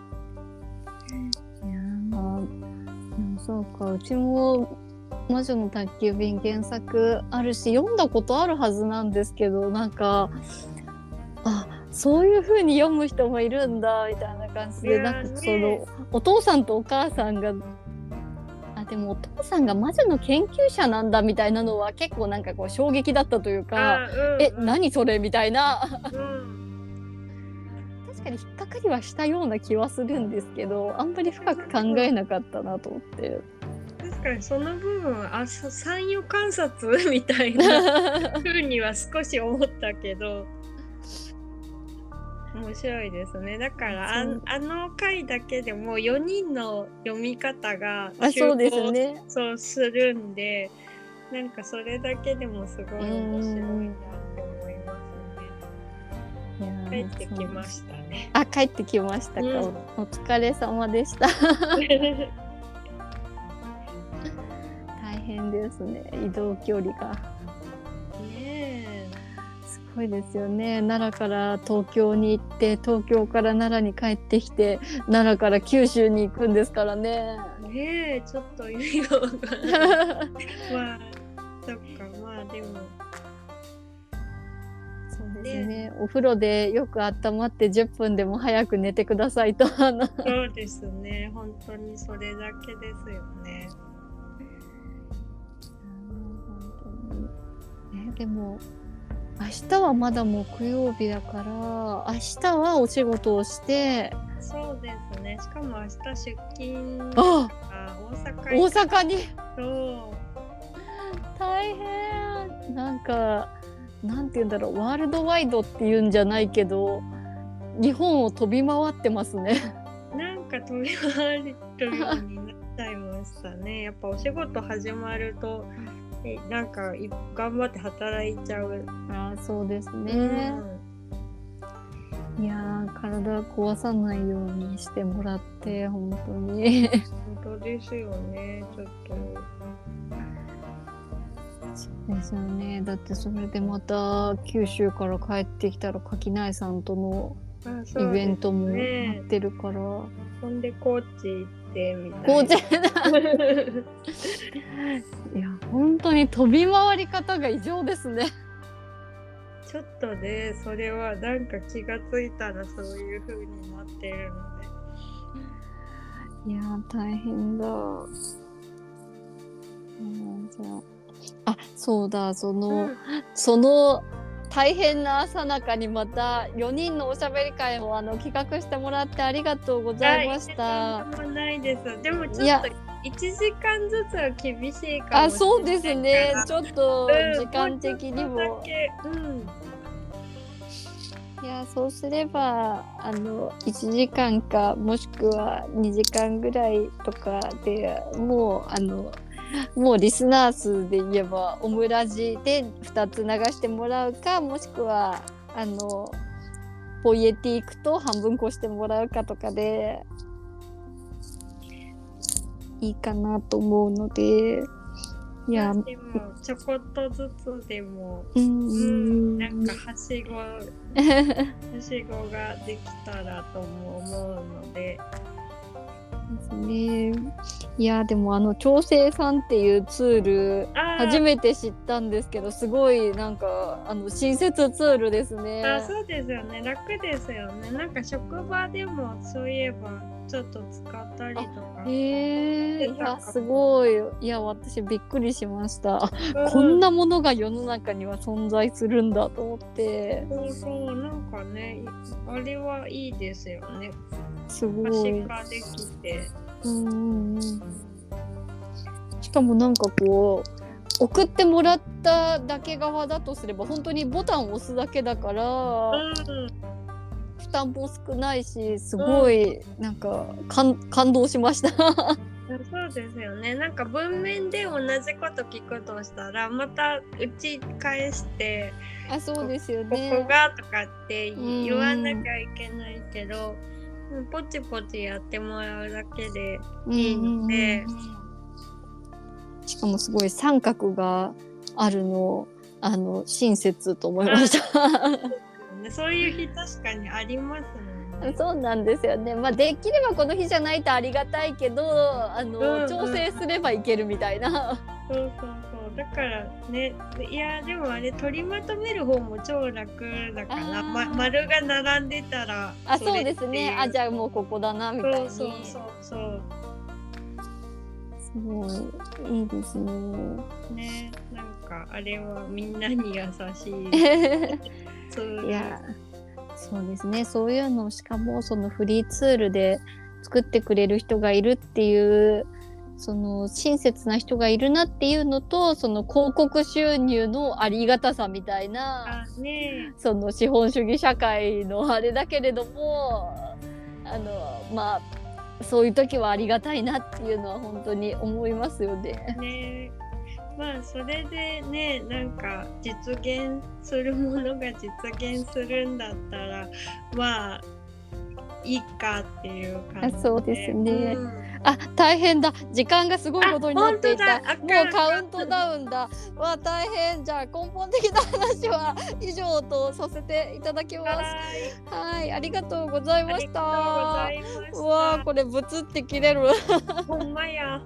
いやでもそうか、うちも魔女の宅急便原作あるし読んだことあるはずなんですけど、なんかそういう風に読む人もいるんだみたいな感じで、なんかそのお父さんとお母さんがでもお父さんが魔女の研究者なんだみたいなのは結構なんかこう衝撃だったというか、何それみたいな確かに引っかかりはしたような気はするんですけど、あんまり深く考えなかったなと思って。 確かにその部分は参与観察みたいな風には少し思ったけど面白いですね。だからあの回だけでも4人の読み方がそうですね。 そうするんで、なんかそれだけでもすごい面白いなって思いますね。帰ってきましたね。 帰ってきましたか。お疲れ様でした。大変ですね、移動距離が。すごいですよね。奈良から東京に行って、東京から奈良に帰ってきて、奈良から九州に行くんですからね。 ねえ、ちょっと意味がわからない。まあ、そっか、まあでも。 そうですね。お風呂でよく温まって10分でも早く寝てくださいと。 そうですね。本当にそれだけですよね。 でも明日はまだ木曜日だから明日はお仕事をして、 そうですね。しかも明日出勤大阪にそう大変。なんかなんて言うんだろう、ワールドワイドっていうんじゃないけど日本を飛び回ってますね。 なんか飛び回るようになっちゃいましたね。やっぱお仕事始まるとなんか頑張って働いちゃう。 そうですね。いや体壊さないようにしてもらって本当に本当ですよね。ちょっとそうですよね。だってそれでまた九州から帰ってきたら垣内さんとのイベントもやってるから、 ほんで高知行ってみたいな。 高知いや本当に飛び回り方が異常ですね。 ちょっとね、それはなんか気がついたらそういう風になってるので。 いや大変だ。じゃあそうだ、その大変な朝中にまた4人のおしゃべり会を企画してもらってありがとうございました。 とんでもないです。でもちょっと1時間ずつは厳しいかもしれない。 そうですね。ちょっと時間的にも。いやそうすれば1時間かもしくは2時間ぐらいとかでもうリスナー数で言えばオムラジで2つ流してもらうか、もしくはポイエティークと半分こしてもらうかとかでいいかなと思うので、 いや、 でもちょこっとずつでも、なんかはしごができたらとも思うので。 ですね。いやでも調整さんっていうツール初めて知ったんですけど、すごいなんか親切ツールですね。 そうですよね、楽ですよね。なんか職場でもそういえばちょっと使ったりとか。 いやすごい。いや私びっくりしました。こんなものが世の中には存在するんだと思って。 そうなんかね、あれはいいですよね。 すごい。 可視化できて。 しかもなんかこう送ってもらっただけ側だとすれば本当にボタンを押すだけだから、負担も少ないし、すごいなんか感動しました。 そうですよね。なんか文面で同じこと聞くとしたらまた打ち返してそうですよね、 ここがとかって言わなきゃいけないけど、ポチポチやってもらうだけでいいので、 しかもすごい三角があるの親切と思いました。 そういう日確かにありますもんね。 そうなんですよね。できればこの日じゃないとありがたいけど、調整すればいけるみたいな。 そうだからね、いやでもあれ取りまとめる方も超楽だから、丸が並んでたらそうですね。じゃあもうここだなみたいに。そうすごいいいですね。 ね、なんかあれはみんなに優しい。 いやそうですね。そういうのしかもそのフリーツールで作ってくれる人がいるっていうその親切な人がいるなっていうのと、その広告収入のありがたさみたいな、その資本主義社会のあれだけれどもそういう時はありがたいなっていうのは本当に思いますよね。 それでね、なんか実現するものが実現するんだったらいいかっていう感じで。 そうですね。大変だ、時間がすごいことになっていた。もうカウントダウンだ。大変。じゃあ根本的な話は以上とさせていただきます。はい、ありがとうございました。これブツって切れる。 ほんまや。